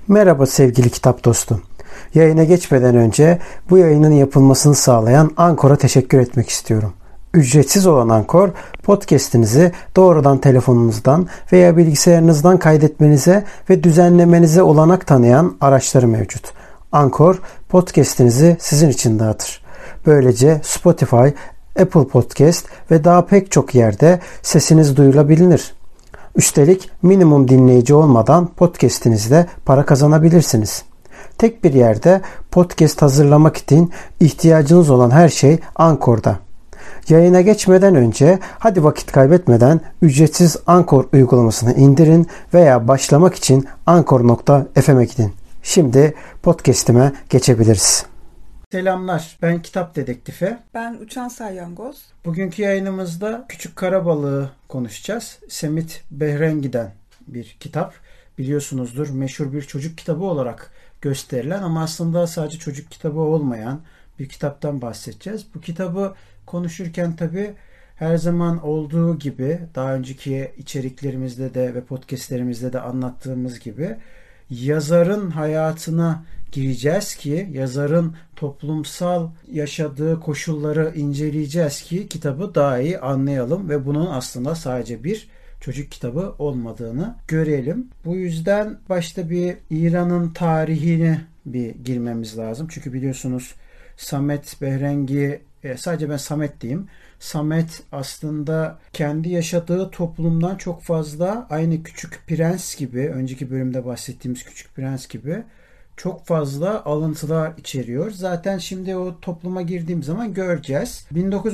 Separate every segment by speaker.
Speaker 1: Merhaba sevgili kitap dostum. Yayına geçmeden önce bu yayının yapılmasını sağlayan Ankor'a teşekkür etmek istiyorum. Ücretsiz olan Ankor, podcast'inizi doğrudan telefonunuzdan veya bilgisayarınızdan kaydetmenize ve düzenlemenize olanak tanıyan araçları mevcut. Ankor, podcast'inizi sizin için dağıtır. Böylece Spotify, Apple Podcast ve daha pek çok yerde sesiniz duyulabilir. Üstelik minimum dinleyici olmadan podcast'inizde para kazanabilirsiniz. Tek bir yerde podcast hazırlamak için ihtiyacınız olan her şey Ankor'da. Yayına geçmeden önce hadi vakit kaybetmeden ücretsiz Ankor uygulamasını indirin veya başlamak için ankor.fm'e gidin. Şimdi podcast'ime geçebiliriz. Selamlar, ben Kitap Dedektifi.
Speaker 2: Ben Uçan Salyangoz.
Speaker 1: Bugünkü yayınımızda Küçük Karabalığı konuşacağız. Semit Behrengi'den bir kitap. Biliyorsunuzdur, meşhur bir çocuk kitabı olarak gösterilen ama aslında sadece çocuk kitabı olmayan bir kitaptan bahsedeceğiz. Bu kitabı konuşurken tabii her zaman olduğu gibi daha önceki içeriklerimizde de ve podcastlerimizde de anlattığımız gibi yazarın hayatına gireceğiz ki yazarın toplumsal yaşadığı koşulları inceleyeceğiz ki kitabı daha iyi anlayalım ve bunun aslında sadece bir çocuk kitabı olmadığını görelim. Bu yüzden başta bir İran'ın tarihine bir girmemiz lazım. Çünkü biliyorsunuz Samet Behrengi, sadece ben Samet diyeyim. Samet aslında kendi yaşadığı toplumdan çok fazla aynı Küçük Prens gibi, önceki bölümde bahsettiğimiz Küçük Prens gibi çok fazla alıntılar içeriyor. Zaten şimdi o topluma girdiğim zaman göreceğiz.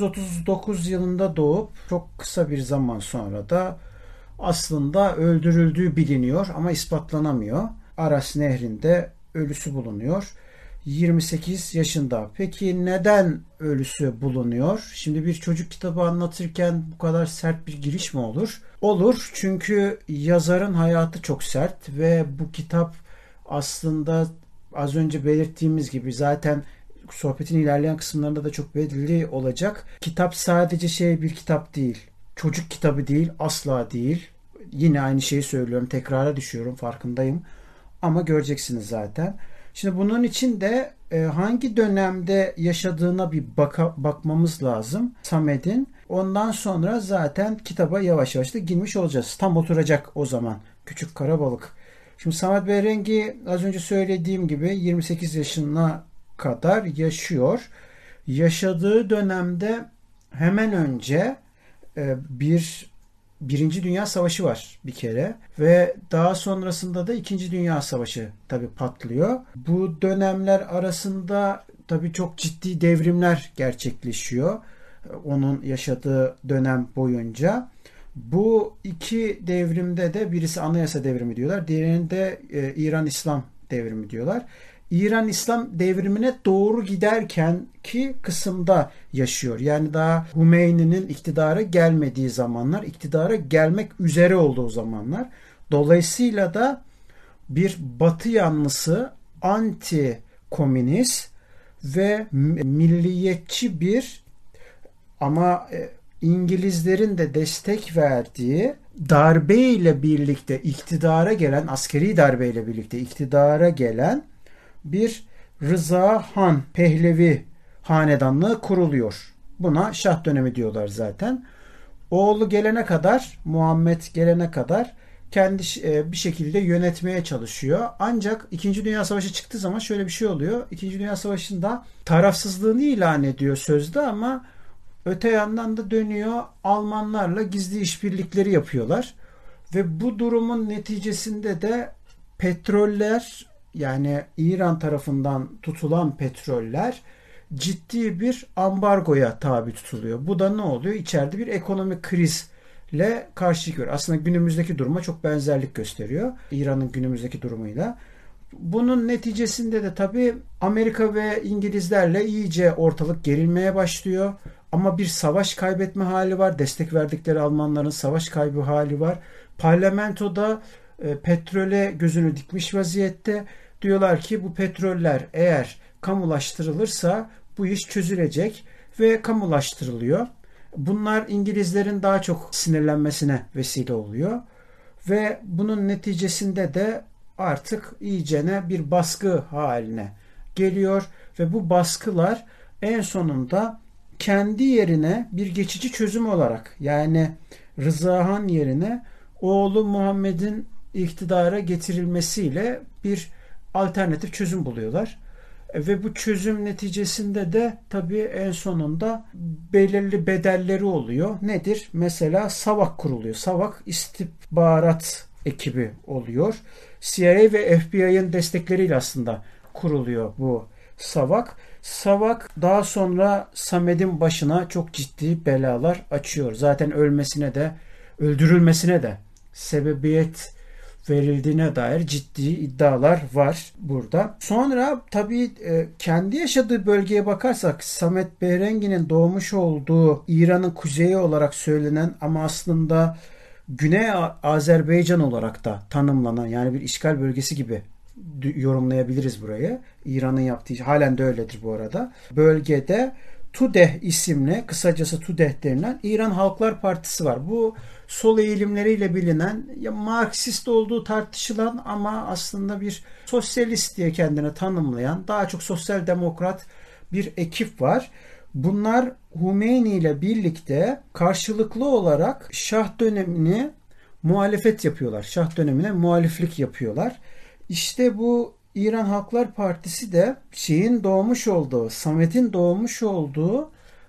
Speaker 1: 1939 yılında doğup çok kısa bir zaman sonra da aslında öldürüldüğü biliniyor ama ispatlanamıyor. Aras Nehri'nde ölüsü bulunuyor. 28 yaşında. Peki neden ölüsü bulunuyor? Şimdi bir çocuk kitabı anlatırken bu kadar sert bir giriş mi olur? Olur, çünkü yazarın hayatı çok sert ve bu kitap aslında az önce belirttiğimiz gibi zaten sohbetin ilerleyen kısımlarında da çok belli olacak. Kitap sadece bir kitap değil. Çocuk kitabı değil, asla değil. Yine aynı şeyi söylüyorum, tekrara düşüyorum, farkındayım. Ama göreceksiniz zaten. Şimdi bunun için de hangi dönemde yaşadığına bir bakmamız lazım Samet'in. Ondan sonra zaten kitaba yavaş yavaş da girmiş olacağız. Tam oturacak o zaman Küçük Karabalık. Şimdi Samet Behrengi az önce söylediğim gibi 28 yaşına kadar yaşıyor. Yaşadığı dönemde hemen önce Birinci Dünya Savaşı var bir kere ve daha sonrasında da İkinci Dünya Savaşı tabii patlıyor. Bu dönemler arasında tabii çok ciddi devrimler gerçekleşiyor onun yaşadığı dönem boyunca. Bu iki devrimde de birisi anayasa devrimi diyorlar, diğerinde İran İslam devrimi diyorlar. İran İslam devrimine doğru giderken ki kısımda yaşıyor. Yani daha Hümeyni'nin iktidara gelmediği zamanlar, iktidara gelmek üzere olduğu zamanlar. Dolayısıyla da bir Batı yanlısı, anti komünist ve milliyetçi bir ama İngilizlerin de destek verdiği darbeyle birlikte iktidara gelen, askeri darbeyle birlikte iktidara gelen bir Rıza Han Pehlevi hanedanlığı kuruluyor. Buna Şah dönemi diyorlar zaten. Oğlu gelene kadar, Muhammed gelene kadar kendi bir şekilde yönetmeye çalışıyor. Ancak 2. Dünya Savaşı çıktığı zaman şöyle bir şey oluyor. 2. Dünya Savaşı'nda tarafsızlığını ilan ediyor sözde ama öte yandan da dönüyor Almanlarla gizli işbirlikleri yapıyorlar. Ve bu durumun neticesinde de petroller, yani İran tarafından tutulan petroller ciddi bir ambargoya tabi tutuluyor. Bu da ne oluyor? İçeride bir ekonomik krizle karşılık görüyor. Aslında günümüzdeki duruma çok benzerlik gösteriyor. İran'ın günümüzdeki durumuyla. Bunun neticesinde de tabii Amerika ve İngilizlerle iyice ortalık gerilmeye başlıyor. Ama bir savaş kaybetme hali var. Destek verdikleri Almanların savaş kaybı hali var. Parlamentoda petrole gözünü dikmiş vaziyette. Diyorlar ki bu petroller eğer kamulaştırılırsa bu iş çözülecek ve kamulaştırılıyor. Bunlar İngilizlerin daha çok sinirlenmesine vesile oluyor. Ve bunun neticesinde de artık iyicene bir baskı haline geliyor ve bu baskılar en sonunda kendi yerine bir geçici çözüm olarak, yani Rıza Han yerine oğlu Muhammed'in iktidara getirilmesiyle bir alternatif çözüm buluyorlar. Ve bu çözüm neticesinde de tabii en sonunda belirli bedelleri oluyor. Nedir? Mesela SAVAK kuruluyor. SAVAK istihbarat ekibi oluyor. CIA ve FBI'ın destekleriyle aslında kuruluyor bu SAVAK. SAVAK daha sonra Samet'in başına çok ciddi belalar açıyor. Zaten öldürülmesine de sebebiyet verildiğine dair ciddi iddialar var burada. Sonra tabii kendi yaşadığı bölgeye bakarsak Samet Behrengi'nin doğmuş olduğu İran'ın kuzeyi olarak söylenen ama aslında Güney Azerbaycan olarak da tanımlanan, yani bir işgal bölgesi gibi yorumlayabiliriz burayı. İran'ın yaptığı, halen de öyledir bu arada. Bölgede TUDEH isimli, kısacası TUDEH denilen İran Halklar Partisi var. Bu sol eğilimleriyle bilinen, ya Marksist olduğu tartışılan ama aslında bir sosyalist diye kendini tanımlayan, daha çok sosyal demokrat bir ekip var. Bunlar Hümeyni ile birlikte karşılıklı olarak Şah dönemini muhalefet yapıyorlar. Şah dönemine muhaliflik yapıyorlar. İşte bu İran Halklar Partisi de Samet'in doğmuş olduğu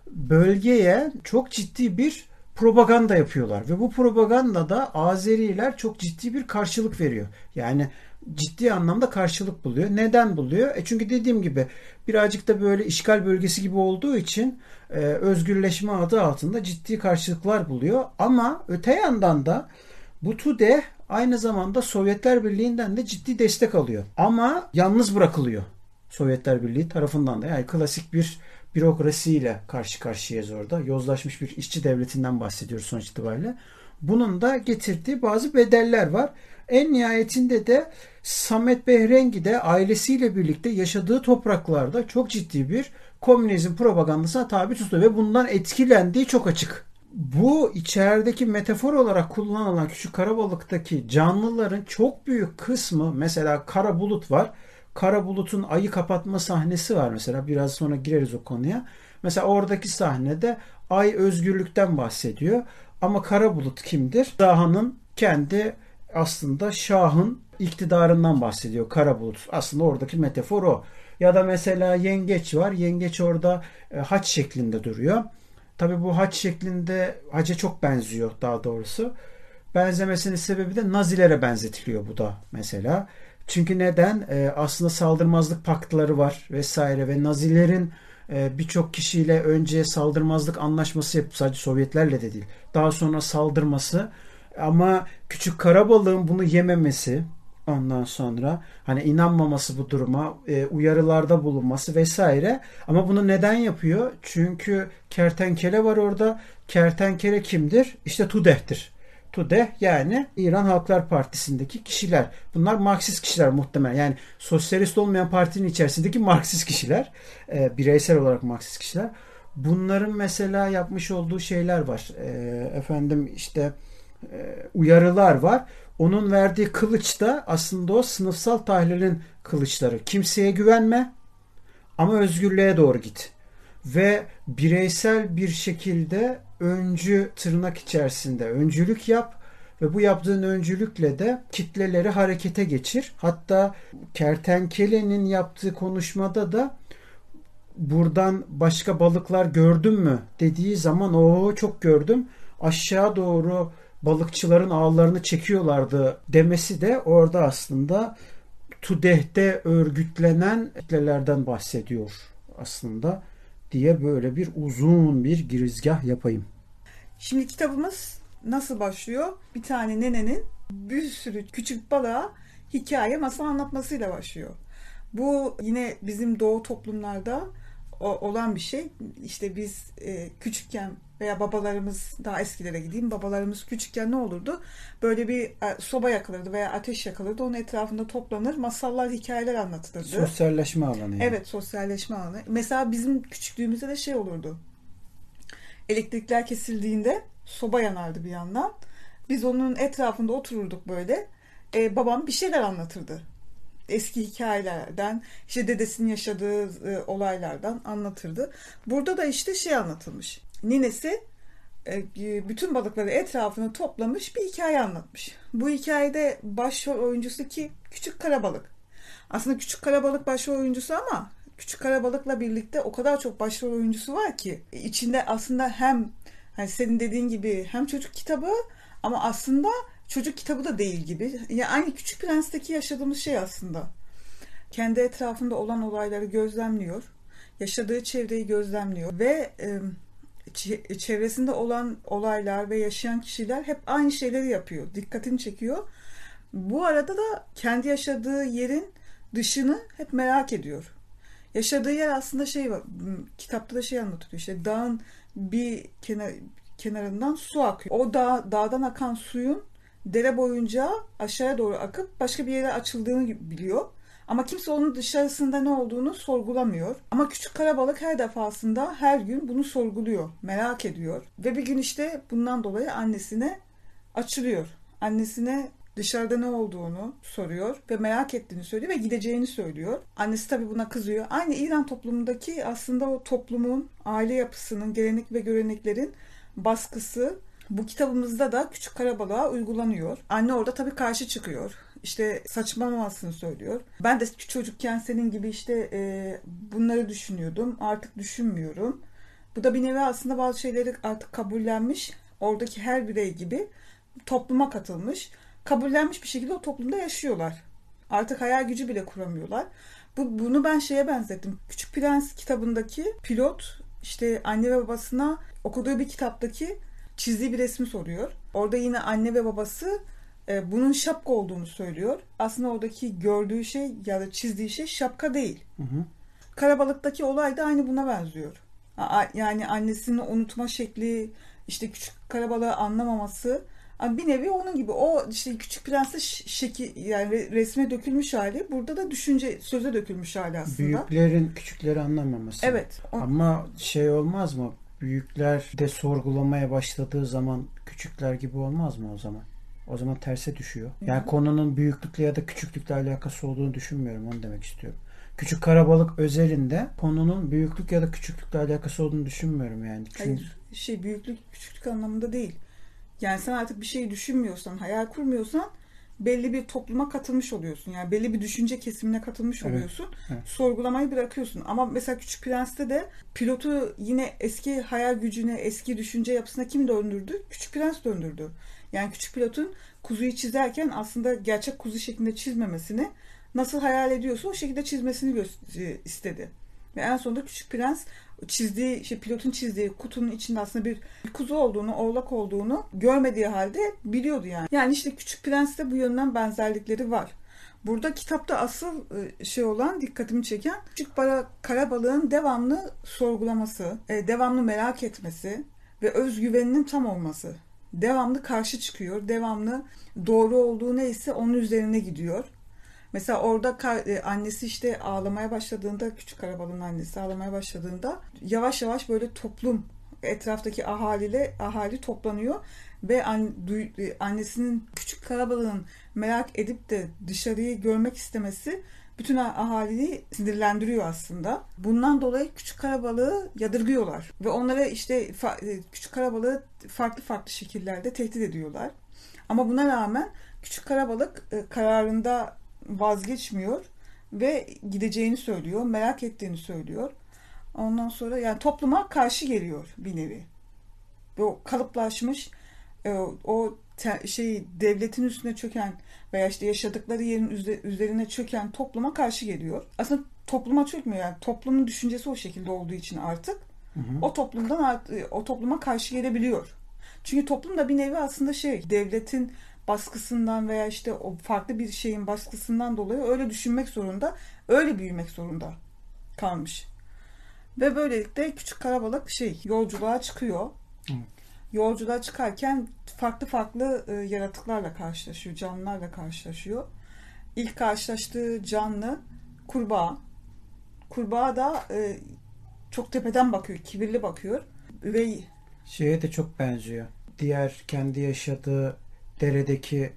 Speaker 1: bölgeye çok ciddi bir propaganda yapıyorlar. Ve bu propagandada Azeriler çok ciddi bir karşılık veriyor. Yani ciddi anlamda karşılık buluyor. Neden buluyor? Çünkü dediğim gibi birazcık da böyle işgal bölgesi gibi olduğu için özgürleşme adı altında ciddi karşılıklar buluyor. Ama öte yandan da bu TUDE aynı zamanda Sovyetler Birliği'nden de ciddi destek alıyor. Ama yalnız bırakılıyor Sovyetler Birliği tarafından da. Yani klasik bir bürokrasiyle karşı karşıyayız orada. Yozlaşmış bir işçi devletinden bahsediyoruz sonuç itibariyle. Bunun da getirdiği bazı bedeller var. En nihayetinde de Samet Behrengi de ailesiyle birlikte yaşadığı topraklarda çok ciddi bir komünizm propagandasına tabi tutuluyor ve bundan etkilendiği çok açık. Bu içerideki metafor olarak kullanılan Küçük Karabalık'taki canlıların çok büyük kısmı, mesela Kara Bulut var. Kara Bulut'un ayı kapatma sahnesi var mesela. Biraz sonra gireriz o konuya. Mesela oradaki sahnede ay özgürlükten bahsediyor. Ama Kara Bulut kimdir? Daha'nın kendi, aslında Şah'ın iktidarından bahsediyor Kara Bulut. Aslında oradaki metafor o. Ya da mesela yengeç var. Yengeç orada haç şeklinde duruyor. Tabii bu haç şeklinde haca çok benziyor daha doğrusu. Benzemesinin sebebi de Nazilere benzetiliyor bu da mesela. Çünkü neden? Aslında saldırmazlık paktları var vesaire ve Nazilerin birçok kişiyle önce saldırmazlık anlaşması yapıp, sadece Sovyetlerle de değil, daha sonra saldırması ama Küçük Karabalık'ın bunu yememesi, ondan sonra hani inanmaması bu duruma, uyarılarda bulunması vesaire. Ama bunu neden yapıyor? Çünkü kertenkele var orada. Kertenkele kimdir? İşte TUDEH'tir. TUDEH yani İran Halklar Partisi'ndeki kişiler. Bunlar Marksist kişiler muhtemelen. Yani sosyalist olmayan partinin içerisindeki Marksist kişiler. Bireysel olarak Marksist kişiler. Bunların mesela yapmış olduğu şeyler var. Efendim işte uyarılar var. Onun verdiği kılıç da aslında o sınıfsal tahlilin kılıçları. Kimseye güvenme ama özgürlüğe doğru git. Ve bireysel bir şekilde tırnak içerisinde öncülük yap ve bu yaptığın öncülükle de kitleleri harekete geçir. Hatta kertenkelenin yaptığı konuşmada da buradan başka balıklar gördün mü dediği zaman, o çok gördüm, aşağı doğru balıkçıların ağlarını çekiyorlardı demesi de orada aslında TUDEH'te örgütlenen kitlelerden bahsediyor aslında diye böyle bir uzun bir girizgah yapayım.
Speaker 2: Şimdi kitabımız nasıl başlıyor? Bir tane nenenin bir sürü küçük balığa hikaye, masal anlatmasıyla başlıyor. Bu yine bizim doğu toplumlarda olan bir şey. İşte biz küçükken veya babalarımız, daha eskilere gideyim, babalarımız küçükken ne olurdu? Böyle bir soba yakılırdı veya ateş yakılırdı. Onun etrafında toplanır, masallar, hikayeler anlatılırdı.
Speaker 1: Sosyalleşme alanı yani.
Speaker 2: Evet, sosyalleşme alanı. Mesela bizim küçüklüğümüzde de şey olurdu. Elektrikler kesildiğinde soba yanardı bir yandan. Biz onun etrafında otururduk böyle. babam bir şeyler anlatırdı. Eski hikayelerden, işte dedesinin yaşadığı olaylardan anlatırdı. Burada da işte şey anlatılmış. Ninesi bütün balıkları etrafına toplamış bir hikaye anlatmış. Bu hikayede başrol oyuncusu ki Küçük Karabalık. Aslında Küçük Karabalık başrol oyuncusu ama Küçük Karabalık'la birlikte o kadar çok başrol oyuncusu var ki içinde aslında hem hani senin dediğin gibi hem çocuk kitabı ama aslında çocuk kitabı da değil gibi. Yani aynı Küçük Prens'teki yaşadığımız şey aslında. Kendi etrafında olan olayları gözlemliyor. Yaşadığı çevreyi gözlemliyor ve çevresinde olan olaylar ve yaşayan kişiler hep aynı şeyleri yapıyor. Dikkatini çekiyor. Bu arada da kendi yaşadığı yerin dışını hep merak ediyor. Yaşadığı yer aslında şey var. Kitapta da şey anlatıyor. İşte dağın bir kenarından su akıyor. O dağdan akan suyun dere boyunca aşağıya doğru akıp başka bir yere açıldığını biliyor. Ama kimse onun dışarısında ne olduğunu sorgulamıyor. Ama Küçük Karabalık her defasında her gün bunu sorguluyor, merak ediyor. Ve bir gün işte bundan dolayı annesine açılıyor. Annesine dışarıda ne olduğunu soruyor ve merak ettiğini söylüyor ve gideceğini söylüyor. Annesi tabii buna kızıyor. Aynı İran toplumundaki aslında o toplumun, aile yapısının, gelenek ve göreneklerin baskısı bu kitabımızda da Küçük Karabalık'a uygulanıyor. Anne orada tabii karşı çıkıyor. İşte saçmalamasını söylüyor. Ben de çocukken senin gibi işte bunları düşünüyordum. Artık düşünmüyorum. Bu da bir nevi aslında bazı şeyleri artık kabullenmiş. Oradaki her birey gibi topluma katılmış. Kabullenmiş bir şekilde o toplumda yaşıyorlar. Artık hayal gücü bile kuramıyorlar. Bunu ben şeye benzettim. Küçük Prens kitabındaki pilot işte anne ve babasına okuduğu bir kitaptaki çizdiği bir resmi soruyor. Orada yine anne ve babası bunun şapka olduğunu söylüyor. Aslında oradaki gördüğü şey ya da çizdiği şey şapka değil.
Speaker 1: Hı hı.
Speaker 2: Karabalık'taki olay da aynı buna benziyor. Yani annesini unutma şekli, işte Küçük Karabalık'ı anlamaması bir nevi onun gibi. O işte Küçük Prens'te şekil yani resme dökülmüş hali. Burada da düşünce söze dökülmüş hali aslında.
Speaker 1: Büyüklerin küçükleri anlamaması.
Speaker 2: Evet.
Speaker 1: Ama şey olmaz mı? Büyükler de sorgulamaya başladığı zaman küçükler gibi olmaz mı o zaman? O zaman terse düşüyor. Yani konunun büyüklükle ya da küçüklükle alakası olduğunu düşünmüyorum. Onu demek istiyorum. Küçük Karabalık özelinde konunun büyüklük ya da küçüklükle alakası olduğunu düşünmüyorum yani. Çünkü...
Speaker 2: Hayır, büyüklük küçüklük anlamında değil. Yani sen artık bir şeyi düşünmüyorsan, hayal kurmuyorsan belli bir topluma katılmış oluyorsun. Yani belli bir düşünce kesimine katılmış oluyorsun.
Speaker 1: Evet.
Speaker 2: Sorgulamayı bırakıyorsun. Ama mesela Küçük Prens'te de pilotu yine eski hayal gücüne, eski düşünce yapısına kim döndürdü? Küçük Prens döndürdü. Yani Küçük Pilot'un kuzuyu çizerken aslında gerçek kuzu şeklinde çizmemesini nasıl hayal ediyorsa o şekilde çizmesini istedi. Ve en sonunda Küçük Prens pilotun çizdiği kutunun içinde aslında bir kuzu olduğunu, oğlak olduğunu görmediği halde biliyordu yani. Yani işte Küçük Prens'te bu yönden benzerlikleri var. Burada kitapta asıl şey olan, dikkatimi çeken Küçük Karabalık'ın devamlı sorgulaması, devamlı merak etmesi ve özgüveninin tam olması. Devamlı karşı çıkıyor, devamlı doğru olduğu neyse onun üzerine gidiyor. Mesela orada annesi işte ağlamaya başladığında, Küçük Karabalık'ın annesi ağlamaya başladığında yavaş yavaş böyle toplum, etraftaki ahali toplanıyor ve annesinin Küçük Karabalık'ın merak edip de dışarıyı görmek istemesi bütün ahaliyi sinirlendiriyor aslında. Bundan dolayı Küçük Karabalık'ı yadırgıyorlar ve onlara işte Küçük Karabalık'ı farklı farklı şekillerde tehdit ediyorlar. Ama buna rağmen Küçük Karabalık kararında vazgeçmiyor ve gideceğini söylüyor, merak ettiğini söylüyor. Ondan sonra yani topluma karşı geliyor bir nevi. Ve o kalıplaşmış devletin üstüne çöken veya işte yaşadıkları yerin üzerine çöken topluma karşı geliyor. Aslında topluma çökmüyor yani toplumun düşüncesi o şekilde olduğu için artık o topluma karşı gelebiliyor. Çünkü toplum da bir nevi aslında devletin baskısından veya işte o farklı bir şeyin baskısından dolayı öyle düşünmek zorunda, öyle büyümek zorunda kalmış. Ve böylelikle Küçük Karabalık yolculuğa çıkıyor.
Speaker 1: Hı.
Speaker 2: Yolculuğa çıkarken farklı farklı yaratıklarla karşılaşıyor, canlılarla karşılaşıyor. İlk karşılaştığı canlı kurbağa. Kurbağa da çok tepeden bakıyor, kibirli bakıyor.
Speaker 1: Şeye de çok benziyor. Diğer kendi yaşadığı deredeki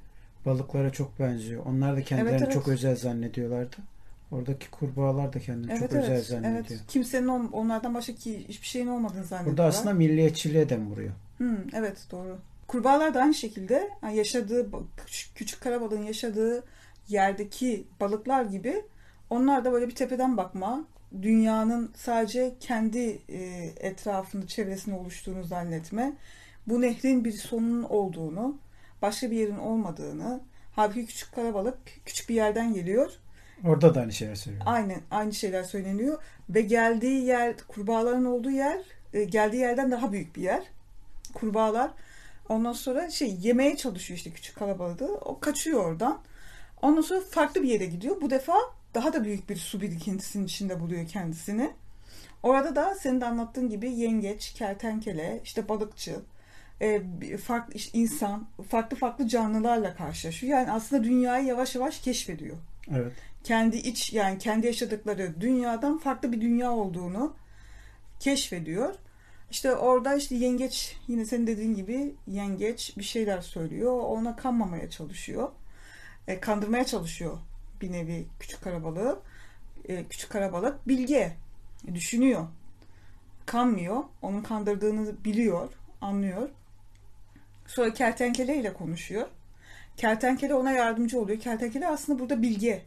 Speaker 1: balıklara çok benziyor. Onlar da kendilerini
Speaker 2: Evet,
Speaker 1: çok
Speaker 2: evet.
Speaker 1: özel zannediyorlardı. Oradaki kurbağalar da kendini çok
Speaker 2: Evet,
Speaker 1: özel
Speaker 2: evet. Evet.
Speaker 1: zannediyor.
Speaker 2: Kimsenin onlardan başka hiçbir şeyin olmadığını
Speaker 1: Burada
Speaker 2: zannediyorlar.
Speaker 1: aslında milliyetçiliğe dem vuruyor.
Speaker 2: Evet, doğru. Kurbağalar da aynı şekilde yani yaşadığı küçük karabalığın yaşadığı yerdeki balıklar gibi onlar da böyle bir tepeden bakma, dünyanın sadece kendi etrafını, çevresini oluştuğunu zannetme, bu nehrin bir sonunun olduğunu, başka bir yerin olmadığını, halbuki küçük karabalık küçük bir yerden geliyor.
Speaker 1: Orada da aynı şeyler söylüyor.
Speaker 2: Aynı şeyler söyleniyor ve geldiği yer, kurbağaların olduğu yer, geldiği yerden daha büyük bir yer. Kurbağalar ondan sonra yemeye çalışıyor işte küçük kalabalığı. O kaçıyor oradan. Ondan sonra farklı bir yere gidiyor. Bu defa daha da büyük bir su birikintisinin içinde buluyor kendisini. Orada da senin de anlattığın gibi yengeç, kertenkele, işte balıkçı, farklı insan, farklı farklı canlılarla karşılaşıyor. Yani aslında dünyayı yavaş yavaş keşfediyor.
Speaker 1: Evet.
Speaker 2: Yani kendi yaşadıkları dünyadan farklı bir dünya olduğunu keşfediyor. İşte orada işte yengeç, yine senin dediğin gibi yengeç bir şeyler söylüyor. Ona kanmamaya çalışıyor. Kandırmaya çalışıyor bir nevi küçük karabalığı. Küçük karabalık bilge, düşünüyor. Kanmıyor. Onun kandırdığını biliyor, anlıyor. Sonra kertenkele ile konuşuyor. Kertenkele ona yardımcı oluyor. Kertenkele aslında burada bilge.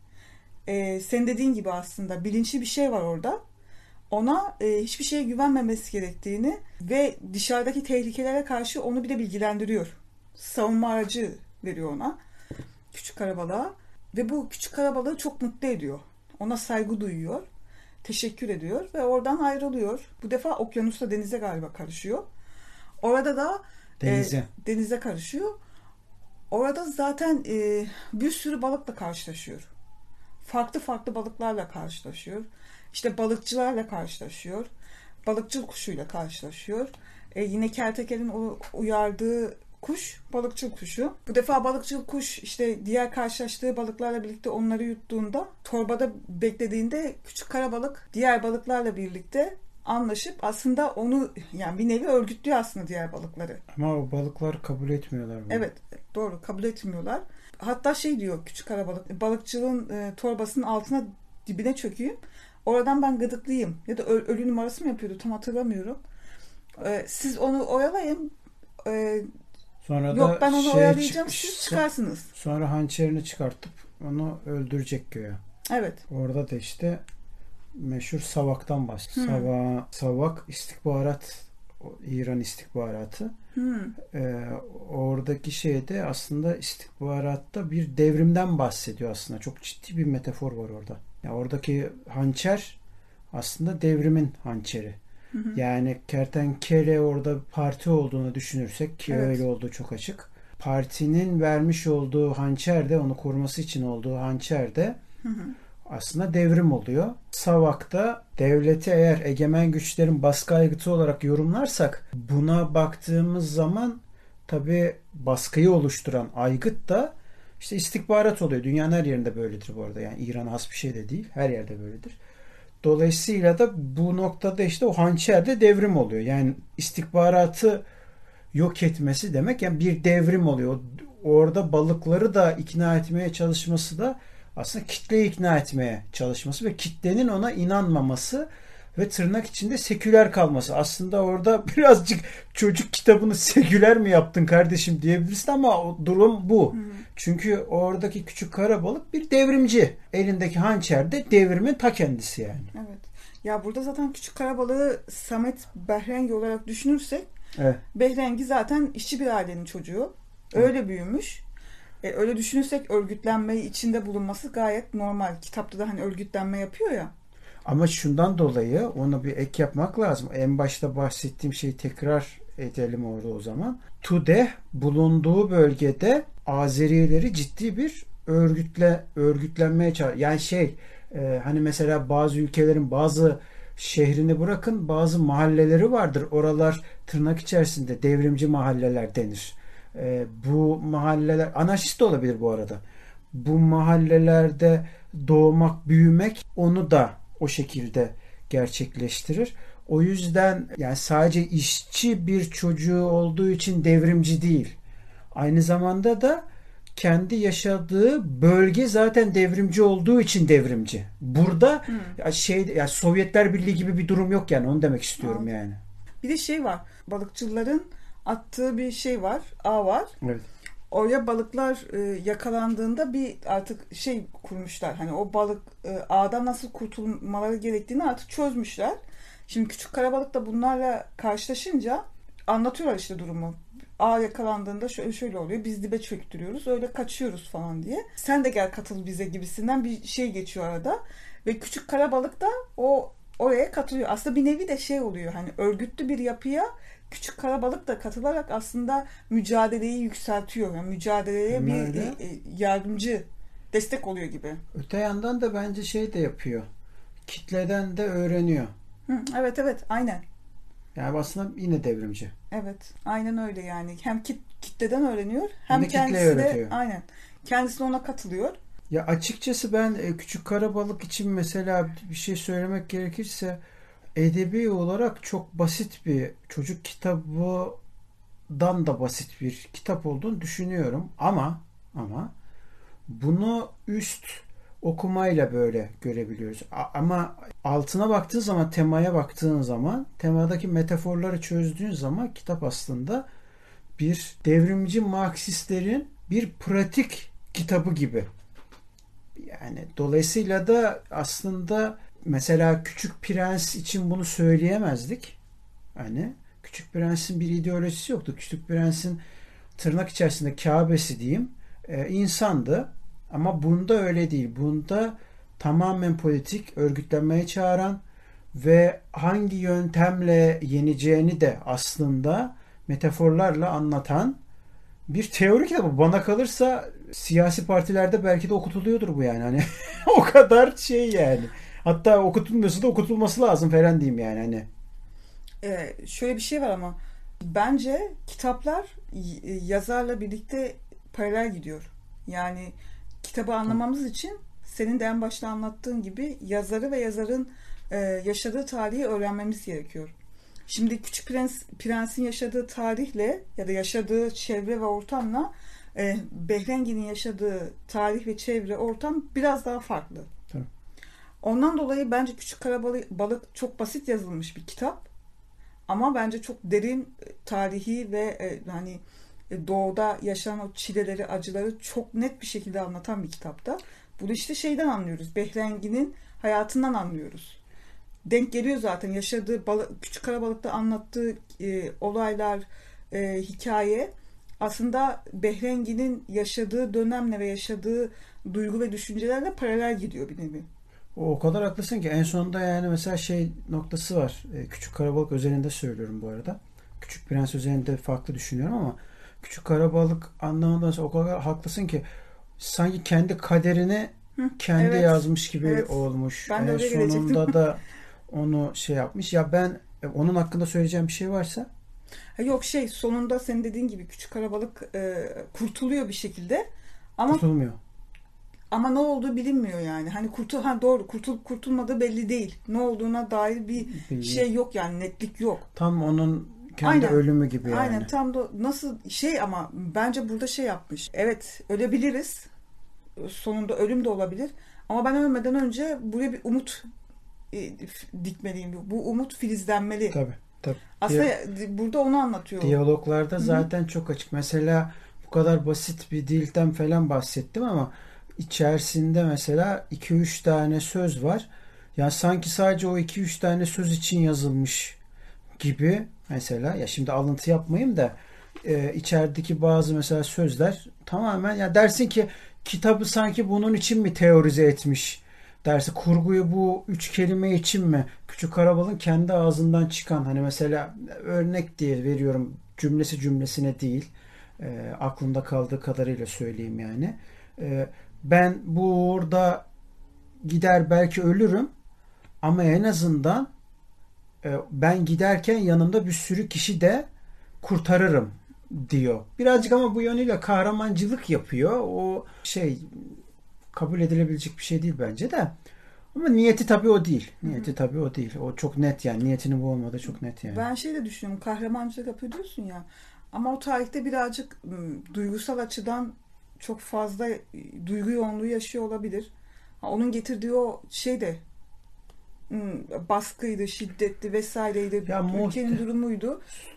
Speaker 2: Senin dediğin gibi aslında bilinçli bir şey var orada. Ona hiçbir şeye güvenmemesi gerektiğini ve dışarıdaki tehlikelere karşı onu bir de bilgilendiriyor. Savunma aracı veriyor ona, küçük karabalığa. Ve bu küçük karabalığı çok mutlu ediyor. Ona saygı duyuyor, teşekkür ediyor ve oradan ayrılıyor. Bu defa okyanusla denize galiba karışıyor. Orada da denize karışıyor. Orada zaten bir sürü balıkla karşılaşıyor. Farklı farklı balıklarla karşılaşıyor. İşte balıkçılarla karşılaşıyor. Balıkçıl kuşuyla karşılaşıyor. Yine kertenkelenin uyardığı kuş balıkçıl kuşu. Bu defa balıkçıl kuş işte diğer karşılaştığı balıklarla birlikte onları yuttuğunda, torbada beklediğinde küçük karabalık diğer balıklarla birlikte anlaşıp aslında onu yani bir nevi örgütlüyor aslında diğer balıkları.
Speaker 1: Ama o balıklar kabul etmiyorlar bunu.
Speaker 2: Evet, doğru, kabul etmiyorlar. Hatta diyor küçük karabalık, balıkçılığın torbasının altına, dibine çökeyim. Oradan ben gıdıklayayım. Ya da ölü numarası mı yapıyordu, tam hatırlamıyorum. Siz onu oyalayın.
Speaker 1: Sonra
Speaker 2: Yok,
Speaker 1: da
Speaker 2: ben onu oyalayacağım, siz çıkarsınız.
Speaker 1: Sonra hançerini çıkartıp onu öldürecek göğe.
Speaker 2: Evet.
Speaker 1: Orada da işte meşhur Savak'tan bahsediyor. Savak istihbarat, İran istihbaratı. Oradaki şeyde aslında istihbaratta bir devrimden bahsediyor aslında. Çok ciddi bir metafor var orada. Yani oradaki hançer aslında devrimin hançeri. Yani kertenkele orada parti olduğunu düşünürsek ki
Speaker 2: Evet.
Speaker 1: öyle olduğu çok açık. Partinin vermiş olduğu hançer de, onu koruması için olduğu hançer de aslında devrim oluyor. Savak'ta devleti eğer egemen güçlerin baskı aygıtı olarak yorumlarsak, buna baktığımız zaman tabii baskıyı oluşturan aygıt da işte istihbarat oluyor. Dünyanın her yerinde böyledir bu arada. Yani İran'a has bir şey de değil. Her yerde böyledir. Dolayısıyla da bu noktada işte o hançerde devrim oluyor. Yani istihbaratı yok etmesi demek, yani bir devrim oluyor. Orada balıkları da ikna etmeye çalışması da aslında kitleyi ikna etmeye çalışması ve kitlenin ona inanmaması ve tırnak içinde seküler kalması. Aslında orada birazcık çocuk kitabını seküler mi yaptın kardeşim diyebilirsin ama o durum bu. Çünkü oradaki küçük karabalık bir devrimci. Elindeki hançer de devrimin ta kendisi yani.
Speaker 2: Evet. Ya burada zaten küçük karabalığı Samet Behrengi olarak düşünürsek,
Speaker 1: Evet.
Speaker 2: Behrengi zaten işçi bir ailenin çocuğu. Öyle büyümüş. Öyle düşünürsek örgütlenmeyi içinde bulunması gayet normal. Kitapta da hani örgütlenme yapıyor ya.
Speaker 1: Ama şundan dolayı ona bir ek yapmak lazım. En başta bahsettiğim şeyi tekrar edelim orada o zaman. TUDE bulunduğu bölgede Azerileri ciddi bir örgütlenmeye çalışıyor. Yani hani mesela bazı ülkelerin bazı şehrini bırakın, bazı mahalleleri vardır. Oralar tırnak içerisinde devrimci mahalleler denir. Bu mahalleler anarşist de olabilir bu arada. Bu mahallelerde doğmak, büyümek onu da o şekilde gerçekleştirir. O yüzden yani sadece işçi bir çocuğu olduğu için devrimci değil. Aynı zamanda da kendi yaşadığı bölge zaten devrimci olduğu için devrimci. Burada ya Sovyetler Birliği gibi bir durum yok yani. Onu demek istiyorum yani.
Speaker 2: Bir de şey var. Balıkçıların attığı bir şey var. Ağ var.
Speaker 1: Evet.
Speaker 2: Oraya balıklar yakalandığında bir artık şey kurmuşlar. Hani o balık ağdan nasıl kurtulmaları gerektiğini artık çözmüşler. Şimdi küçük karabalık da bunlarla karşılaşınca anlatıyorlar işte durumu. Ağ yakalandığında şöyle şöyle oluyor. Biz dibe çöktürüyoruz. Öyle kaçıyoruz falan diye. Sen de gel katıl bize gibisinden bir şey geçiyor arada. Ve küçük karabalık da oraya katılıyor. Aslında bir nevi de şey oluyor. Hani örgütlü bir yapıya küçük karabalık da katılarak aslında mücadeleyi yükseltiyor. Yani mücadeleye bir yardımcı, destek oluyor gibi.
Speaker 1: Öte yandan da bence şey de yapıyor. Kitleden de öğreniyor.
Speaker 2: Evet aynen.
Speaker 1: Yani aslında yine devrimci.
Speaker 2: Evet aynen öyle yani. Hem kitleden öğreniyor hem
Speaker 1: Yine
Speaker 2: kendisi de aynen. Kendisi de ona katılıyor.
Speaker 1: Ya açıkçası ben küçük karabalık için mesela bir şey söylemek gerekirse edebi olarak çok basit bir çocuk kitabından da basit bir kitap olduğunu düşünüyorum. Ama bunu üst okumayla böyle görebiliyoruz. Ama altına baktığın zaman, temaya baktığın zaman, temadaki metaforları çözdüğün zaman kitap aslında bir devrimci Marksistlerin bir pratik kitabı gibi. Yani dolayısıyla da aslında mesela Küçük Prens için bunu söyleyemezdik. Hani Küçük Prens'in bir ideolojisi yoktu. Küçük Prens'in tırnak içerisinde Kabe'si diyeyim insandı. Ama bunda öyle değil. Bunda tamamen politik, örgütlenmeye çağıran ve hangi yöntemle yeneceğini de aslında metaforlarla anlatan bir teori kitabı. Bana kalırsa siyasi partilerde belki de okutuluyordur bu yani. Hani o kadar şey yani. Hatta okutulmuyorsa da okutulması lazım falan diyeyim yani hani.
Speaker 2: Şöyle bir şey var ama bence kitaplar yazarla birlikte paralel gidiyor. Yani kitabı anlamamız için senin de en başta anlattığın gibi yazarı ve yazarın yaşadığı tarihi öğrenmemiz gerekiyor. Şimdi Küçük Prens'in yaşadığı tarihle ya da yaşadığı çevre ve ortamla Behrengi'nin yaşadığı tarih ve çevre ortam biraz daha farklı.
Speaker 1: Tabii.
Speaker 2: Ondan dolayı bence Küçük Karabalık çok basit yazılmış bir kitap. Ama bence çok derin tarihi ve hani doğuda yaşanan o çileleri, acıları çok net bir şekilde anlatan bir kitapta. Bunu işte şeyden anlıyoruz. Behrengi'nin hayatından anlıyoruz. Denk geliyor zaten yaşadığı Küçük Karabalık'ta anlattığı olaylar, hikaye aslında Behrengi'nin yaşadığı dönemle ve yaşadığı duygu ve düşüncelerle paralel gidiyor bir nevi.
Speaker 1: O kadar haklısın ki en sonunda yani mesela şey noktası var. Küçük Karabalık özelinde söylüyorum bu arada. Küçük Prens özelinde farklı düşünüyorum ama Küçük Karabalık anlamında o kadar haklısın ki sanki kendi kaderini kendi yazmış gibi olmuş.
Speaker 2: Ben de
Speaker 1: En
Speaker 2: öyle
Speaker 1: sonunda da onu şey yapmış. Ya ben onun hakkında söyleyeceğim bir şey varsa
Speaker 2: yok sonunda senin dediğin gibi Küçük Karabalık kurtuluyor bir şekilde ama
Speaker 1: kurtulmuyor.
Speaker 2: Ama ne olduğu bilinmiyor yani. Hani doğru kurtulmadığı belli değil. Ne olduğuna dair bir şey yok yani netlik yok.
Speaker 1: Tam onun kendi ölümü gibi yani.
Speaker 2: Aynen tam da nasıl ama bence burada yapmış. Evet ölebiliriz. Sonunda ölüm de olabilir. Ama ben ölmeden önce buraya bir umut dikmeliyim. Bu umut filizlenmeli.
Speaker 1: Tabii.
Speaker 2: Aslında burada onu anlatıyor.
Speaker 1: Diyaloglarda zaten çok açık. Mesela bu kadar basit bir dilden falan bahsettim ama içerisinde mesela 2-3 tane söz var. Ya sanki sadece o 2-3 tane söz için yazılmış gibi mesela. Ya şimdi alıntı yapmayayım da içerideki bazı mesela sözler tamamen ya dersin ki kitabı sanki bunun için mi teorize etmiş dersi kurguyu bu 3 kelime için mi? Küçük Karabal'ın kendi ağzından çıkan hani mesela örnek diye veriyorum cümlesi cümlesine değil aklımda kaldığı kadarıyla söyleyeyim yani. Ben burada gider belki ölürüm ama en azından ben giderken yanımda bir sürü kişi de kurtarırım diyor. Birazcık ama bu yönüyle kahramancılık yapıyor. O kabul edilebilecek bir şey değil bence de. Ama niyeti tabii o değil. Tabii o değil. O çok net yani. Niyetinin bu olmadığı çok net yani.
Speaker 2: Ben de düşünüyorum. Kahramancılık yapıyor diyorsun ya. Ama o tarihte birazcık duygusal açıdan çok fazla duygu yoğunluğu yaşıyor olabilir. Onun getirdiği o şey de baskıydı, şiddetli vesaireydi.
Speaker 1: Ya
Speaker 2: Ülkenin durumuydu.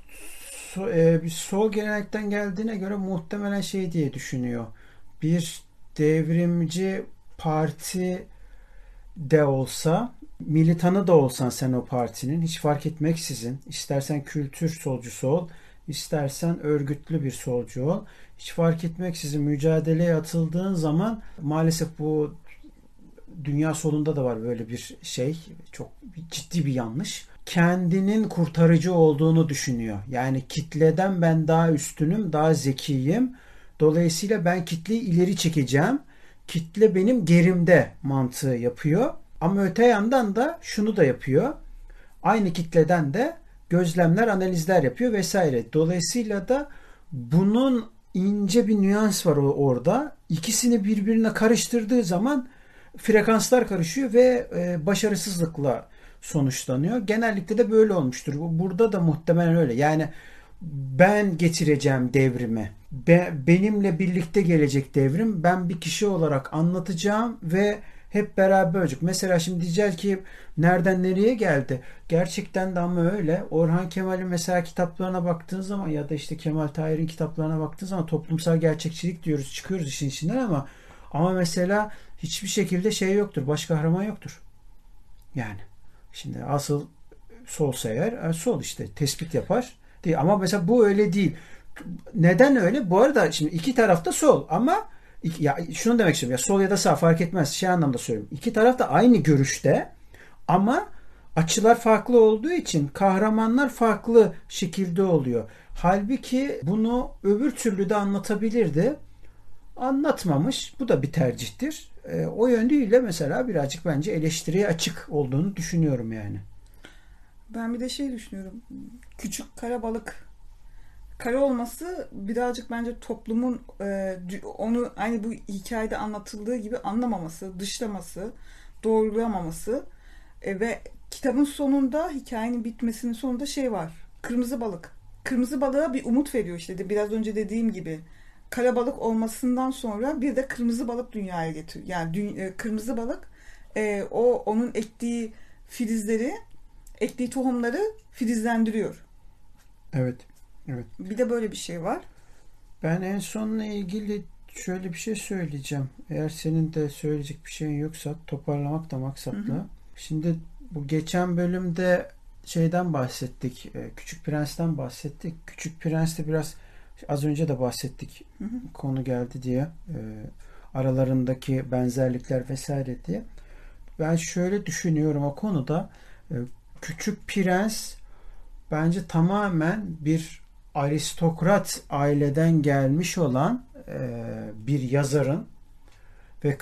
Speaker 1: bir sol gelenekten geldiğine göre muhtemelen şey diye düşünüyor. Bir devrimci parti de olsa, militanı da olsan sen o partinin hiç fark etmeksizin, istersen kültür solcusu ol, istersen örgütlü bir solcu ol, hiç fark etmeksizin mücadeleye atıldığın zaman maalesef bu dünya solunda da var böyle bir şey. Çok ciddi bir yanlış. Kendinin kurtarıcı olduğunu düşünüyor. Yani kitleden ben daha üstünüm, daha zekiyim. Dolayısıyla ben kitleyi ileri çekeceğim. Kitle benim gerimde mantığı yapıyor. Ama öte yandan da şunu da yapıyor. Aynı kitleden de gözlemler, analizler yapıyor vesaire. Dolayısıyla da bunun ince bir nüans var orada. İkisini birbirine karıştırdığı zaman frekanslar karışıyor ve başarısızlıkla sonuçlanıyor. Genellikle de böyle olmuştur. Burada da muhtemelen öyle. Yani ben getireceğim devrimi. Benimle birlikte gelecek devrim. Ben bir kişi olarak anlatacağım ve hep beraber olacak. Mesela şimdi diyeceğiz ki nereden nereye geldi? Gerçekten de ama öyle. Orhan Kemal'in mesela kitaplarına baktığın zaman ya da işte Kemal Tahir'in kitaplarına baktığın zaman toplumsal gerçekçilik diyoruz. Çıkıyoruz işin içinden ama mesela hiçbir şekilde şey yoktur. Baş kahraman yoktur. Yani şimdi asıl solsa eğer sol işte tespit yapar. Değil. Ama mesela bu öyle değil. Neden öyle? Bu arada şimdi iki tarafta sol ama ya şunu demek istiyorum. Ya sol ya da sağ fark etmez. Şey anlamda söylüyorum. İki taraf da aynı görüşte ama açılar farklı olduğu için kahramanlar farklı şekilde oluyor. Halbuki bunu öbür türlü de anlatabilirdi. Anlatmamış. Bu da bir tercihtir. O yönüyle mesela birazcık bence eleştiriye açık olduğunu düşünüyorum yani.
Speaker 2: Ben bir de şey düşünüyorum. Küçük kara balık. Kara olması birazcık bence toplumun onu aynı bu hikayede anlatıldığı gibi anlamaması, dışlaması, doğrulamaması ve kitabın sonunda, hikayenin bitmesinin sonunda şey var. Kırmızı balık. Kırmızı balığa bir umut veriyor işte. Biraz önce dediğim gibi. Kara balık olmasından sonra bir de kırmızı balık dünyaya getiriyor. Yani kırmızı balık onun ektiği filizleri, ektiği tohumları filizlendiriyor.
Speaker 1: Evet. Evet.
Speaker 2: Bir de böyle bir şey var.
Speaker 1: Ben en sonla ilgili şöyle bir şey söyleyeceğim. Eğer senin de söyleyecek bir şeyin yoksa toparlamak da maksatlı. Hı hı. Şimdi bu geçen bölümde şeyden bahsettik. Küçük Prens'ten bahsettik. Küçük Prens'te biraz az önce de bahsettik. Hı hı. Konu geldi diye. Aralarındaki benzerlikler vesaire diye. Ben şöyle düşünüyorum o konuda. Küçük Prens bence tamamen bir aristokrat aileden gelmiş olan bir yazarın ve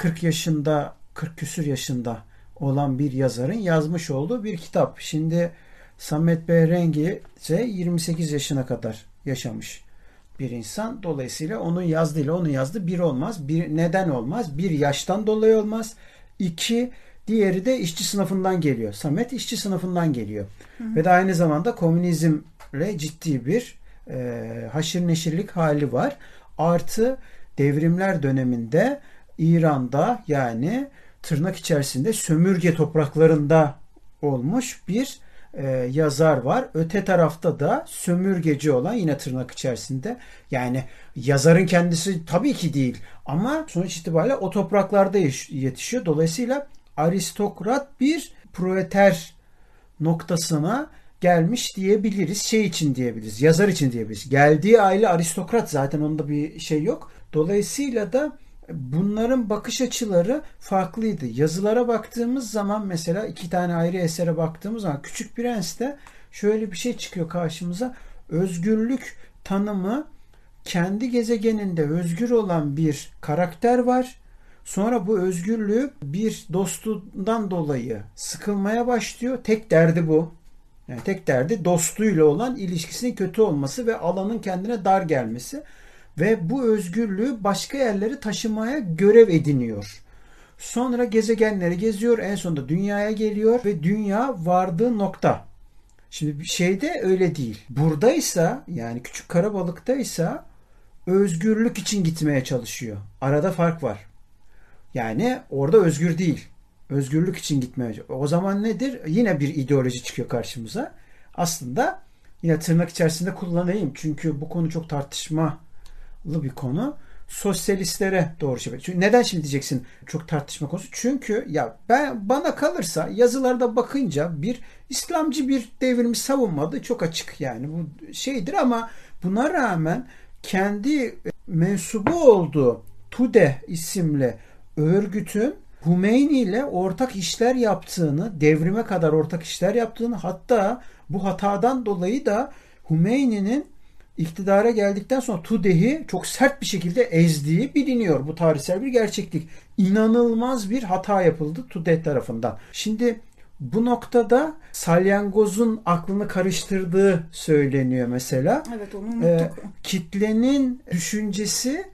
Speaker 1: 40 küsür yaşında olan bir yazarın yazmış olduğu bir kitap. Şimdi Samet Behrengi ise 28 yaşına kadar yaşamış bir insan. Dolayısıyla onun yazdığıyla onun yazdığı bir olmaz. Bir neden olmaz? Bir yaştan dolayı olmaz. İki, diğeri de işçi sınıfından geliyor. Samet işçi sınıfından geliyor. Hı. Ve de aynı zamanda komünizmle ciddi bir haşir neşirlik hali var. Artı devrimler döneminde İran'da yani tırnak içerisinde sömürge topraklarında olmuş bir yazar var. Öte tarafta da sömürgeci olan yine tırnak içerisinde yani yazarın kendisi tabii ki değil ama sonuç itibariyle o topraklarda yetişiyor. Dolayısıyla aristokrat bir proleter noktasına gelmiş diyebiliriz. Şey için diyebiliriz. Yazar için diyebiliriz. Geldiği aile aristokrat zaten onda bir şey yok. Dolayısıyla da bunların bakış açıları farklıydı. Yazılara baktığımız zaman mesela iki tane ayrı esere baktığımız zaman Küçük Prens'te şöyle bir şey çıkıyor karşımıza. Özgürlük tanımı kendi gezegeninde özgür olan bir karakter var. Sonra bu özgürlüğü bir dostundan dolayı sıkılmaya başlıyor. Tek derdi bu. Yani tek derdi dostuyla olan ilişkisinin kötü olması ve alanın kendine dar gelmesi. Ve bu özgürlüğü başka yerlere taşımaya görev ediniyor. Sonra gezegenleri geziyor. En sonunda dünyaya geliyor ve dünya vardığı nokta. Şimdi bir şeyde öyle değil. Buradaysa yani Küçük Karabalık'taysa özgürlük için gitmeye çalışıyor. Arada fark var. Yani orada özgür değil. Özgürlük için gitmeye çalışıyor. O zaman nedir? Yine bir ideoloji çıkıyor karşımıza. Aslında yine tırnak içerisinde kullanayım. Çünkü bu konu çok tartışmalı bir konu. Sosyalistlere doğru şey. Çünkü neden şimdi diyeceksin çok tartışma konusu? Çünkü ya bana kalırsa yazılarda bakınca bir İslamcı bir devrimi savunmadığı çok açık yani bu şeydir ama buna rağmen kendi mensubu olduğu TUDE isimli örgütün Hümeyni ile ortak işler yaptığını, devrime kadar ortak işler yaptığını, hatta bu hatadan dolayı da Hümeyni'nin iktidara geldikten sonra TUDE'yi çok sert bir şekilde ezdiği biliniyor. Bu tarihsel bir gerçeklik. İnanılmaz bir hata yapıldı TUDE tarafından. Şimdi bu noktada salyangozun aklını karıştırdığı söyleniyor mesela.
Speaker 2: Evet, onu unuttuk.
Speaker 1: Kitlenin düşüncesi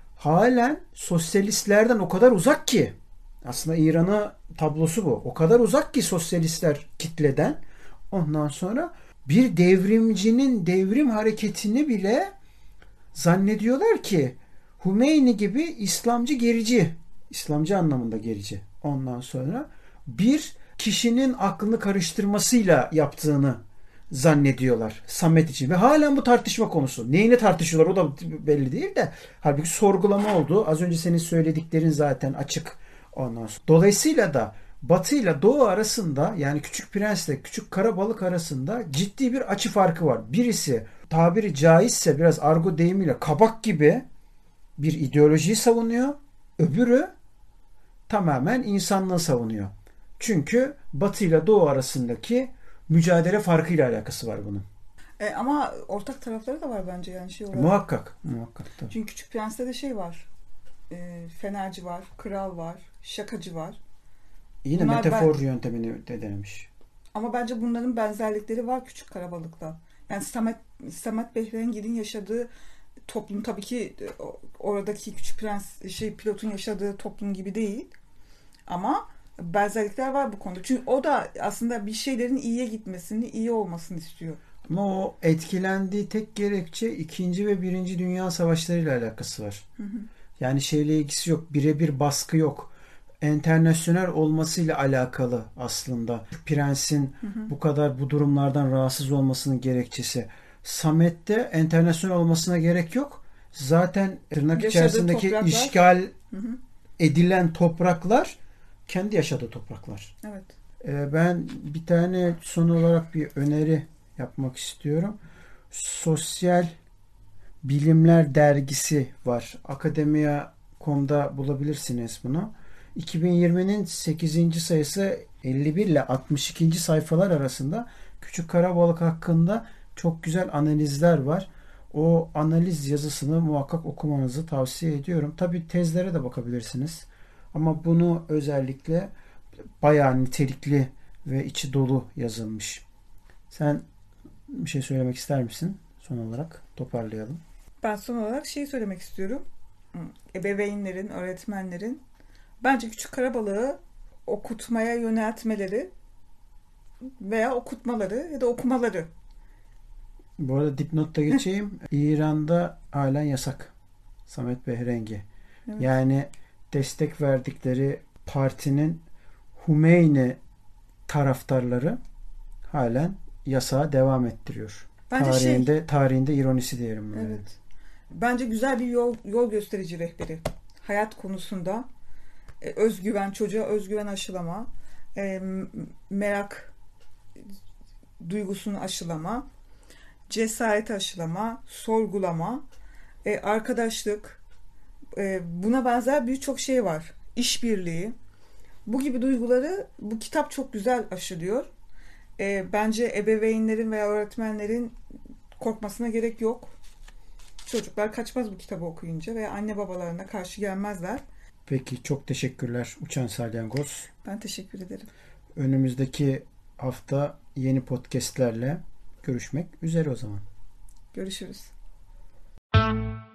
Speaker 1: halen sosyalistlerden o kadar uzak ki, aslında İran'ın tablosu bu. O kadar uzak ki sosyalistler kitleden. Ondan sonra bir devrimcinin devrim hareketini bile zannediyorlar ki Hümeyni gibi İslamcı gerici, İslamcı anlamında gerici. Ondan sonra bir kişinin aklını karıştırmasıyla yaptığını zannediyorlar Samet için. Ve halen bu tartışma konusu. Neyini tartışıyorlar o da belli değil de. Halbuki sorgulama oldu. Az önce senin söylediklerin zaten açık. Ondan sonra. Dolayısıyla da Batı ile Doğu arasında, yani Küçük Prens ile Küçük Karabalık arasında ciddi bir açı farkı var. Birisi tabiri caizse biraz argo deyimiyle kabak gibi bir ideolojiyi savunuyor. Öbürü tamamen insanlığı savunuyor. Çünkü Batı ile Doğu arasındaki mücadele farkıyla alakası var bunun.
Speaker 2: Ama ortak tarafları da var bence yani şey olarak.
Speaker 1: Muhakkak. Muhakkak. Tabii.
Speaker 2: Çünkü Küçük Prens'te de şey var. Fenerci var, kral var, şakacı var.
Speaker 1: Yine
Speaker 2: Bunlar
Speaker 1: metafor yöntemini de denemiş.
Speaker 2: Ama bence bunların benzerlikleri var Küçük Karabalık'ta. Yani Samet Behrengil'in yaşadığı toplum tabii ki oradaki Küçük Prens pilotun yaşadığı toplum gibi değil. Ama benzerlikler var bu konuda. Çünkü o da aslında bir şeylerin iyiye gitmesini, iyi olmasını istiyor.
Speaker 1: Ama o etkilendiği tek gerekçe 2. ve 1. Dünya Savaşları ile alakası var.
Speaker 2: Hı hı.
Speaker 1: Yani şeyle ilgisi yok. Birebir baskı yok. Enternasyonel olmasıyla alakalı aslında. Prensin bu kadar bu durumlardan rahatsız olmasının gerekçesi. Samet'te enternasyonel olmasına gerek yok. Zaten tırnak
Speaker 2: Yaşadığı
Speaker 1: içerisindeki
Speaker 2: topraklar,
Speaker 1: işgal edilen topraklar kendi yaşadığı topraklar.
Speaker 2: Evet.
Speaker 1: Ben bir tane son olarak bir öneri yapmak istiyorum. Sosyal Bilimler Dergisi var. Akademia.com'da bulabilirsiniz bunu. 2020'nin 8. sayısı 51 ile 62. sayfalar arasında Küçük Karabalık hakkında çok güzel analizler var. O analiz yazısını muhakkak okumanızı tavsiye ediyorum. Tabii tezlere de bakabilirsiniz. Ama bunu özellikle bayağı nitelikli ve içi dolu yazılmış. Sen bir şey söylemek ister misin? Son olarak toparlayalım.
Speaker 2: Ben son olarak şeyi söylemek istiyorum. Ebeveynlerin, öğretmenlerin bence Küçük Karabalık'ı okutmaya yöneltmeleri veya okutmaları ya da okumaları.
Speaker 1: Bu arada dipnotta geçeyim. İran'da halen yasak. Samet Behrengi.
Speaker 2: Evet.
Speaker 1: Yani destek verdikleri partinin Hümeyni taraftarları halen yasağa devam ettiriyor.
Speaker 2: Bence
Speaker 1: tarihinde ironisi diyelim böyle.
Speaker 2: Evet. Bence güzel bir yol gösterici rehberi. Hayat konusunda özgüven, çocuğa özgüven aşılama, merak duygusunu aşılama, cesaret aşılama, sorgulama, arkadaşlık, buna benzer birçok şey var. İşbirliği. Bu gibi duyguları bu kitap çok güzel aşılıyor. Bence ebeveynlerin veya öğretmenlerin korkmasına gerek yok. Çocuklar kaçmaz bu kitabı okuyunca veya anne babalarına karşı gelmezler.
Speaker 1: Peki, çok teşekkürler Uçan Salyangoz.
Speaker 2: Ben teşekkür ederim.
Speaker 1: Önümüzdeki hafta yeni podcastlerle görüşmek üzere o zaman.
Speaker 2: Görüşürüz.